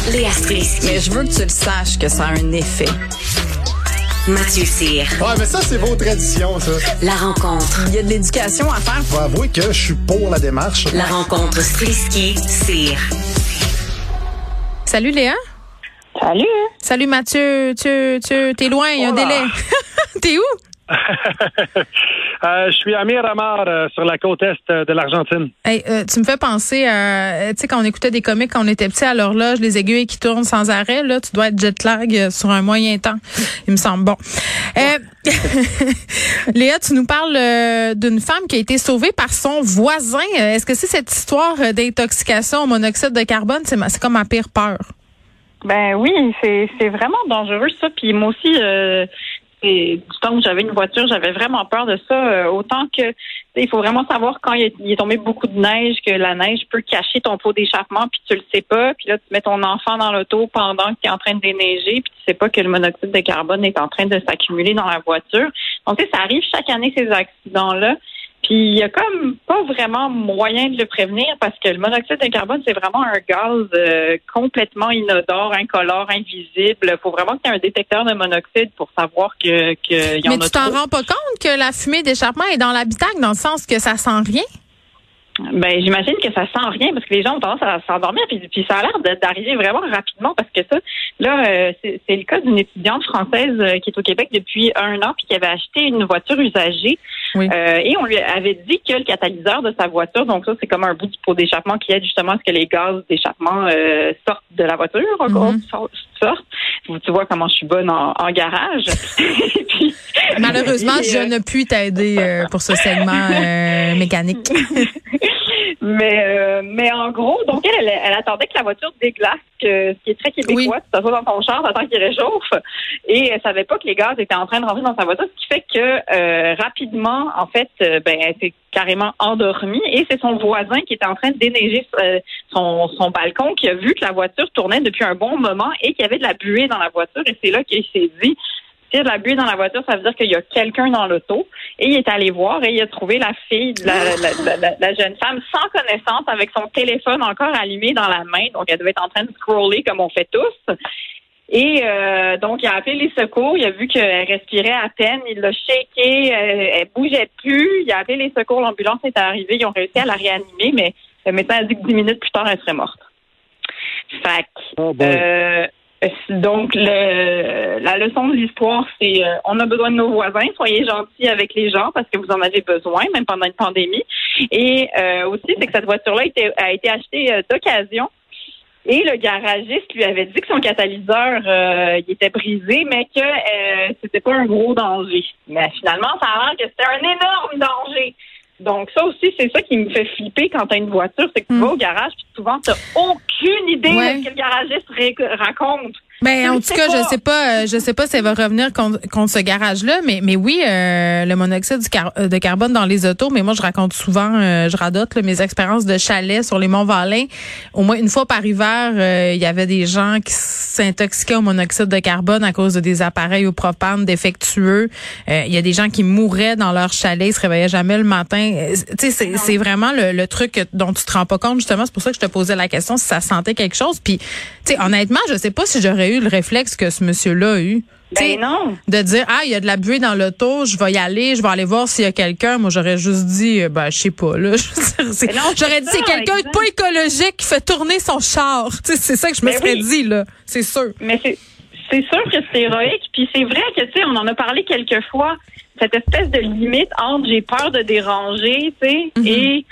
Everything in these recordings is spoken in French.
Léa Strisky. Mais je veux que tu le saches que ça a un effet. Mathieu Cyr. Ouais, mais ça, c'est vos traditions, ça. La rencontre. Il y a de l'éducation à faire. Faut avouer que je suis pour la démarche. La rencontre Strisky-Cyr. Salut Léa. Salut. Salut Mathieu. T'es loin, il y a un délai. T'es où? Je suis à Miramar, sur la côte est de l'Argentine. Hey, tu me fais penser à, tu sais, quand on écoutait des comiques quand on était petit à l'horloge, les aiguilles qui tournent sans arrêt, là, tu dois être jet lag sur un moyen temps, il me semble. Bon. Léa, tu nous parles d'une femme qui a été sauvée par son voisin. Est-ce que c'est cette histoire d'intoxication au monoxyde de carbone? C'est comme ma pire peur. Ben oui, c'est vraiment dangereux ça. Puis moi aussi, du temps où j'avais une voiture, j'avais vraiment peur de ça. Autant que il faut vraiment savoir quand il est tombé beaucoup de neige, que la neige peut cacher ton pot d'échappement, puis tu le sais pas. Puis là, tu mets ton enfant dans l'auto pendant que tu es en train de déneiger, puis tu sais pas que le monoxyde de carbone est en train de s'accumuler dans la voiture. Donc, tu sais, ça arrive chaque année, ces accidents-là. Puis il y a comme pas vraiment moyen de le prévenir parce que le monoxyde de carbone, c'est vraiment un gaz complètement inodore, incolore, invisible. Il faut vraiment qu'il y ait un détecteur de monoxyde pour savoir qu'il y en a trop. Mais tu t'en rends pas compte que la fumée d'échappement est dans l'habitacle, dans le sens que ça sent rien? Ben, j'imagine que ça sent rien parce que les gens ont tendance à s'endormir puis ça a l'air d'arriver vraiment rapidement parce que ça, là, c'est le cas d'une étudiante française qui est au Québec depuis 1 an puis qui avait acheté une voiture usagée. Oui. Et on lui avait dit que le catalyseur de sa voiture, donc ça, c'est comme un bout du pot d'échappement qui aide justement à ce que les gaz d'échappement sortent de la voiture, sortent. Tu vois comment je suis bonne en garage. Puis, malheureusement, je ne puis t'aider pour ce segment mécanique. Mais en gros, donc elle attendait que la voiture déglace, ce qui est très québécois, tu t'assois dans ton char, t'attends qu'il réchauffe, et elle savait pas que les gaz étaient en train de rentrer dans sa voiture, ce qui fait que rapidement, en fait, elle s'est carrément endormie, et c'est son voisin qui était en train de déneiger son balcon qui a vu que la voiture tournait depuis un bon moment et qu'il y avait de la buée dans la voiture, et c'est là qu'il s'est dit, s'il y a de la buée dans la voiture, ça veut dire qu'il y a quelqu'un dans l'auto. Et il est allé voir et il a trouvé la fille, la jeune femme, sans connaissance, avec son téléphone encore allumé dans la main. Donc, elle devait être en train de scroller comme on fait tous. Et donc, il a appelé les secours. Il a vu qu'elle respirait à peine. Il l'a shaké. Elle bougeait plus. Il a appelé les secours. L'ambulance est arrivée. Ils ont réussi à la réanimer, mais le médecin a dit que 10 minutes plus tard, elle serait morte. Fait que, donc, la leçon de l'histoire, c'est on a besoin de nos voisins. Soyez gentils avec les gens parce que vous en avez besoin, même pendant une pandémie. Et aussi, c'est que cette voiture-là a été achetée d'occasion. Et le garagiste lui avait dit que son catalyseur il était brisé, mais que c'était pas un gros danger. Mais finalement, ça a l'air que c'était un énorme danger. Donc, ça aussi, c'est ça qui me fait flipper quand t'as une voiture, c'est que tu vas au garage puis souvent t'as aucune idée de ce que le garagiste raconte. Ben, en tout cas, je sais pas si elle va revenir contre ce garage-là, mais oui, le monoxyde de carbone dans les autos, mais moi, je raconte souvent, je radote mes expériences de chalet sur les Monts-Valin. Au moins une fois par hiver, il y avait des gens qui s'intoxiquaient au monoxyde de carbone à cause de des appareils au propane défectueux. Il y a des gens qui mouraient dans leur chalet, ils se réveillaient jamais le matin. Tu sais, c'est vraiment le truc dont tu te rends pas compte, justement. C'est pour ça que je te posais la question si ça sentait quelque chose. Puis, tu sais, honnêtement, je sais pas si j'aurais eu le réflexe que ce monsieur-là a eu. Ben non. De dire, il y a de la buée dans l'auto, je vais y aller voir s'il y a quelqu'un. Moi, j'aurais juste dit, je sais pas, là. J'aurais dit, c'est quelqu'un de pas écologique qui fait tourner son char. Tu sais, c'est ça que je me serais dit, là. C'est sûr. Mais c'est sûr que c'est héroïque. Puis c'est vrai que, tu sais, on en a parlé quelques fois, cette espèce de limite entre j'ai peur de déranger, tu sais, et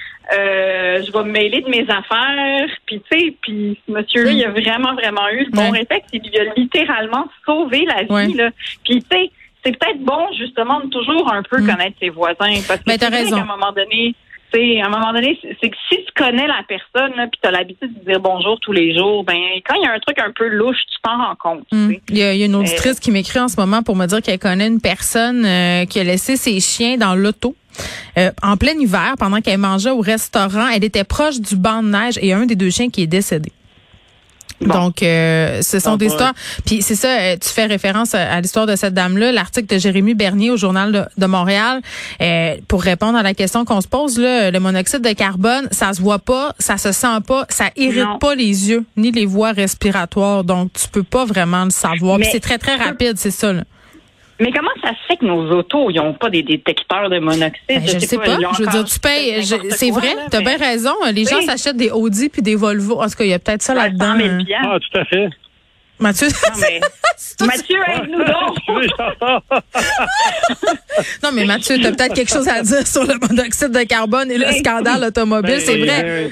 je vais me mêler de mes affaires. Puis, tu sais, puis ce monsieur-là, il a vraiment eu le bon réflexe. Il a littéralement sauvé la vie, là. Puis, tu sais, c'est peut-être bon, justement, de toujours un peu connaître ses voisins. Parce que t'as raison. À un moment donné, c'est que si tu connais la personne, là, puis tu as l'habitude de dire bonjour tous les jours, ben quand il y a un truc un peu louche, tu t'en rends compte. Il y a une auditrice qui m'écrit en ce moment pour me dire qu'elle connaît une personne qui a laissé ses chiens dans l'auto. En plein hiver, pendant qu'elle mangeait au restaurant, elle était proche du banc de neige et un des 2 chiens qui est décédé. Donc, ce sont des histoires. Puis c'est ça, tu fais référence à l'histoire de cette dame-là, l'article de Jérémy Bernier au Journal de Montréal. Pour répondre à la question qu'on se pose, là, le monoxyde de carbone, ça se voit pas, ça se sent pas, ça irrite pas les yeux ni les voies respiratoires. Donc, tu peux pas vraiment le savoir. Puis c'est très, très rapide, c'est ça, là. Mais comment ça se fait que nos autos, ils n'ont pas des détecteurs de monoxyde? Je sais pas. Je veux dire, tu payes. C'est vrai, tu as bien raison. Les gens s'achètent des Audi puis des Volvo. En tout cas, il y a peut-être ça là-dedans. Ah, tout à fait. Mathieu, Mathieu, aide-nous donc! Non, mais Mathieu, tu as peut-être quelque chose à dire sur le monoxyde de carbone et le scandale automobile, c'est vrai.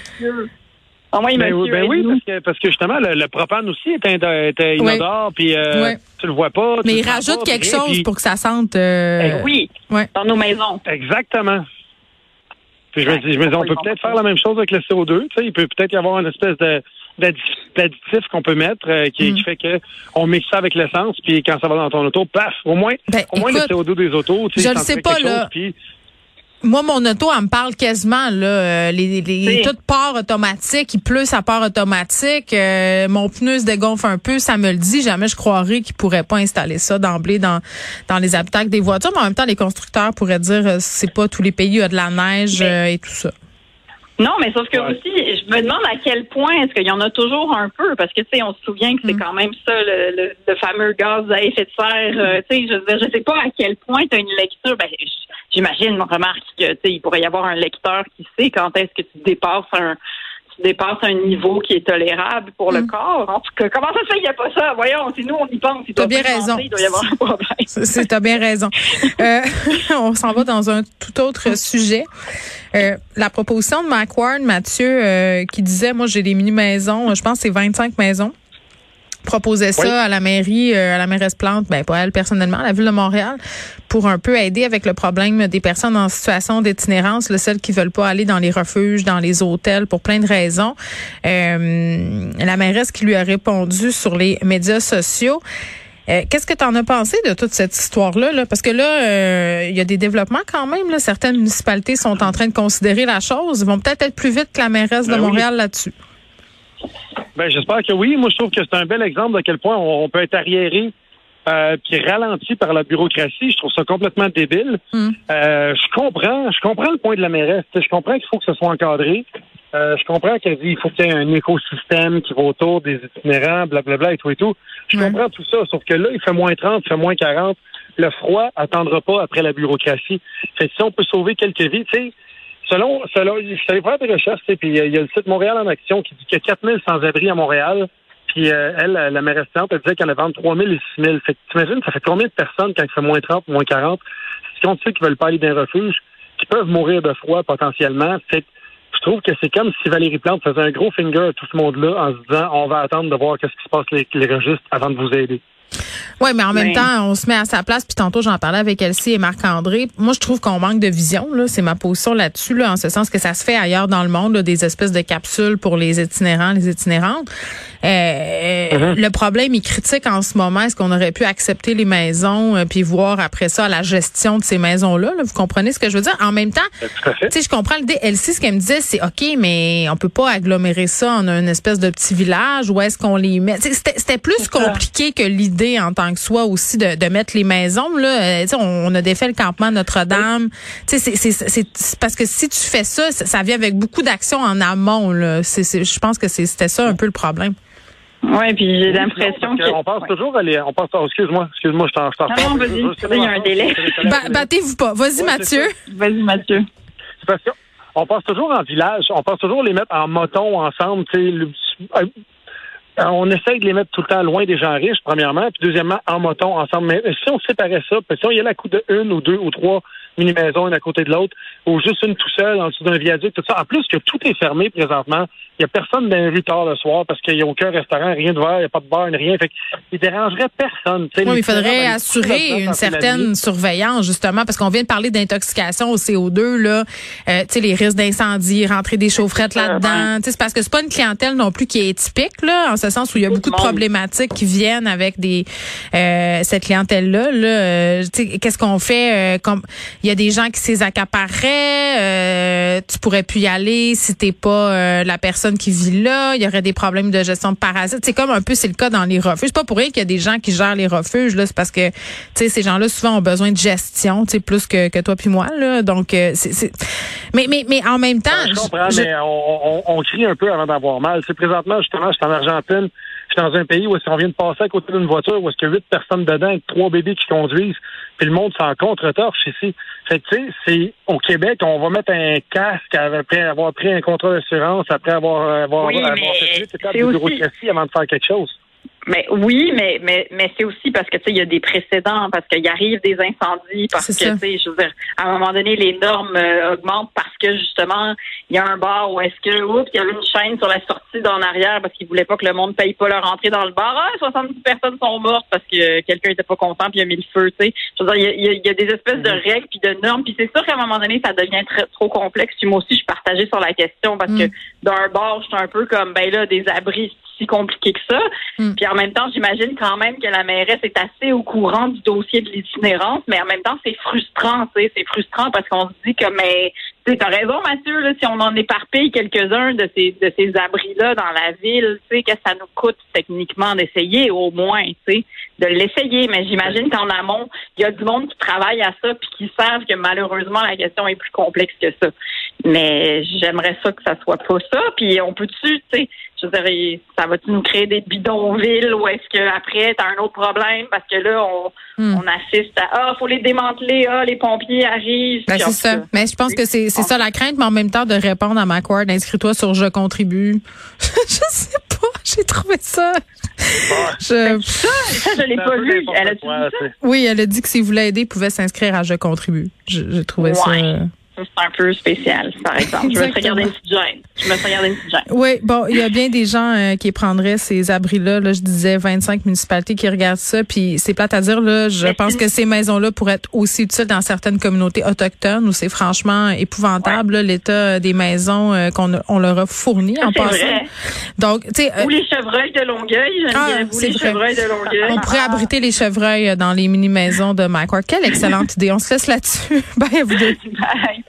Oui, parce que justement, le propane aussi est inodore, puis tu le vois pas. Mais il rajoute quelque chose pour que ça sente... dans nos maisons. Exactement. Puis je me dis, on peut peut-être faire la même chose avec le CO2. Tu sais, il peut peut-être y avoir une espèce d'additif qu'on peut mettre qui fait que on mixe ça avec l'essence, puis quand ça va dans ton auto, paf, au moins écoute, le CO2 des autos, tu sais, je le sais pas, là. Moi, mon auto, elle me parle quasiment, là, toute part automatique, il pleut, ça part automatique, mon pneu se dégonfle un peu, ça me le dit, jamais je croirais qu'ils pourraient pas installer ça d'emblée dans les habitacles des voitures, mais en même temps, les constructeurs pourraient dire, c'est pas tous les pays, il y a de la neige et tout ça. Non, mais sauf que aussi, je me demande à quel point est-ce qu'il y en a toujours un peu, parce que tu sais, on se souvient que c'est quand même ça le fameux gaz à effet de serre. Tu sais, je sais pas à quel point tu as une lecture. Ben, j'imagine, remarque que tu sais, il pourrait y avoir un lecteur qui sait quand est-ce que tu dépasses un niveau qui est tolérable pour le corps. En tout cas, comment ça se fait qu'il n'y a pas ça? Voyons, si nous, on y pense. T'as bien raison. Il doit y avoir un problème. T'as bien raison. On s'en va dans un tout autre sujet. La proposition de McWard, Mathieu, qui disait, moi, j'ai des mini-maisons, je pense que c'est 25 maisons, proposait ça à la mairie, à la mairesse Plante, ben pas elle personnellement, à la Ville de Montréal, pour un peu aider avec le problème des personnes en situation d'itinérance, celles qui veulent pas aller dans les refuges, dans les hôtels, pour plein de raisons. La mairesse qui lui a répondu sur les médias sociaux. Qu'est-ce que tu en as pensé de toute cette histoire-là? Là? Parce que là, il y a des développements quand même. Là. Certaines municipalités sont en train de considérer la chose. Ils vont peut-être être plus vite que la mairesse de Montréal là-dessus. Ben, j'espère que oui. Moi, je trouve que c'est un bel exemple de quel point on peut être arriéré puis ralenti par la bureaucratie. Je trouve ça complètement débile. Je comprends le point de la mairesse. Je comprends qu'il faut que ce soit encadré. Je comprends qu'elle dit qu'il faut qu'il y ait un écosystème qui va autour des itinérants, blablabla et tout. Je comprends tout ça, sauf que là, il fait moins 30, il fait moins 40. Le froid attendra pas après la bureaucratie. Fait que si on peut sauver quelques vies, tu sais, selon, je savais faire des recherches, puis il y a le site Montréal en action qui dit qu'il y a 4000 sans-abri à Montréal. Puis elle, la mairesse Plante, elle disait qu'elle allait vendre 3000 et 6000. Fait que t'imagines, ça fait combien de personnes quand il fait moins 30, moins 40? Si on sait qu'ils veulent pas aller dans un refuge, qui peuvent mourir de froid potentiellement. Fait que je trouve que c'est comme si Valérie Plante faisait un gros finger à tout ce monde-là en se disant on va attendre de voir qu'est-ce qui se passe avec les registres avant de vous aider. Oui, mais en même temps, on se met à sa place. Puis tantôt, j'en parlais avec Elsie et Marc-André. Moi, je trouve qu'on manque de vision. Là, c'est ma position là-dessus, là, en ce sens que ça se fait ailleurs dans le monde, là, des espèces de capsules pour les itinérants, les itinérantes. Le problème est critique en ce moment. Est-ce qu'on aurait pu accepter les maisons puis voir après ça la gestion de ces maisons-là? Là, vous comprenez ce que je veux dire? En même temps, tu sais, je comprends l'idée. Elsie, ce qu'elle me disait, c'est OK, mais on peut pas agglomérer ça en une espèce de petit village. Où est-ce qu'on les met? C'était plus compliqué que l'idée en tant que soi aussi de mettre les maisons. Là, on a défait le campement Notre-Dame. C'est parce que si tu fais ça, ça vient avec beaucoup d'actions en amont. Là. Je pense que c'était ça un peu le problème. Oui, puis j'ai l'impression on pense toujours à les... Excuse-moi, je t'en Non, vas-y, il y a un délai. Battez-vous pas. Vas-y, Mathieu. Vas-y, Mathieu. C'est parce qu'on pense toujours en village, on pense toujours les mettre en moton ensemble, on essaye de les mettre tout le temps loin des gens riches, premièrement, puis deuxièmement, en moton ensemble. Mais si on séparait ça, puis si on y allait à coup de une ou deux ou trois mini-maisons, une à côté de l'autre, ou juste une tout seul, en dessous d'un viaduc, tout ça. En plus que tout est fermé présentement. Il n'y a personne dans les rues tard le soir parce qu'il n'y a aucun restaurant, rien de verre, il n'y a pas de bar, rien. Fait qu'il dérangerait personne. Oui, mais il faudrait assurer une certaine surveillance, justement, parce qu'on vient de parler d'intoxication au CO2, là. Les risques d'incendie, rentrer des chaufferettes là-dedans. C'est parce que c'est pas une clientèle non plus qui est typique, là, en ce sens où il y a beaucoup de problématiques qui viennent avec cette clientèle-là. Là. Qu'est-ce qu'on fait? Il il y a des gens qui s'y accapareraient. Tu pourrais plus y aller si t'es pas la personne qui vit là. Il y aurait des problèmes de gestion de parasites. C'est comme un peu, c'est le cas dans les refuges. C'est pas pour rien qu'il y a des gens qui gèrent les refuges, là. C'est parce que, tu sais, ces gens-là, souvent, ont besoin de gestion, tu sais, plus que toi puis moi, là. Donc, mais en même temps. Je comprends, mais on crie un peu avant d'avoir mal. C'est présentement, justement, je suis en Argentine. Je suis dans un pays où on vient de passer à côté d'une voiture où est-ce qu'il y a 8 personnes dedans avec 3 bébés qui conduisent, puis le monde s'en contre-torche ici. Fait que, tu sais, c'est au Québec, on va mettre un casque après avoir pris un contrat d'assurance, après avoir fait 8 étapes de bureaucratie avant de faire quelque chose. Mais oui, mais c'est aussi parce que tu sais il y a des précédents, parce qu'il arrive des incendies, parce que tu sais, je veux dire, à un moment donné les normes augmentent parce que justement il y a un bar où est-ce que il y avait une chaîne sur la sortie d'en arrière parce qu'ils voulaient pas que le monde paye pas leur entrée dans le bar. 70 personnes sont mortes parce que quelqu'un était pas content puis il a mis le feu, tu sais. Je veux dire, il y a des espèces de règles puis de normes, puis c'est sûr qu'à un moment donné ça devient trop complexe. Puis moi aussi je suis partagée sur la question parce que d'un bar, je suis un peu comme ben là des abris si compliqué que ça. Puis en même temps, j'imagine quand même que la mairesse est assez au courant du dossier de l'itinérance, mais en même temps, c'est frustrant, tu sais, c'est frustrant parce qu'on se dit que, mais, tu sais, t'as raison, Mathieu, là, si on en éparpille quelques-uns de ces abris-là dans la ville, tu sais, que ça nous coûte techniquement d'essayer, au moins, tu sais, de l'essayer. Mais j'imagine qu'en amont, il y a du monde qui travaille à ça puis qui savent que malheureusement, la question est plus complexe que ça. Mais j'aimerais ça que ça soit pas ça. Puis on peut-tu, tu sais, je dirais, ça va-tu nous créer des bidonvilles ou est-ce que après t'as un autre problème parce que là on assiste à faut les démanteler, les pompiers arrivent. Ben, c'est ça. Mais je pense que c'est ça la crainte, mais en même temps de répondre à Macquarie, inscris-toi sur Je contribue. Je sais pas, j'ai trouvé ça. Ça, je l'ai pas vu. Elle a dit ça? Oui, elle a dit que s'il voulait aider, il pouvait s'inscrire à Je contribue. J'ai trouvé ça. C'est un peu spécial, par exemple. Je me serais gardé une petite gêne. Oui, bon, il y a bien des gens qui prendraient ces abris-là. Là, je disais 25 municipalités qui regardent ça. Puis c'est plate à dire, là, je pense que ces maisons-là pourraient être aussi utiles dans certaines communautés autochtones où c'est franchement épouvantable, là, l'état des maisons qu'on leur a fournies en passant. Vrai. Donc, tu sais, ou les chevreuils de Longueuil, chevreuils de Longueuil. On pourrait abriter les chevreuils dans les mini-maisons de Macquarie. Quelle excellente idée. On se laisse là-dessus. Bye à vous deux. Bye.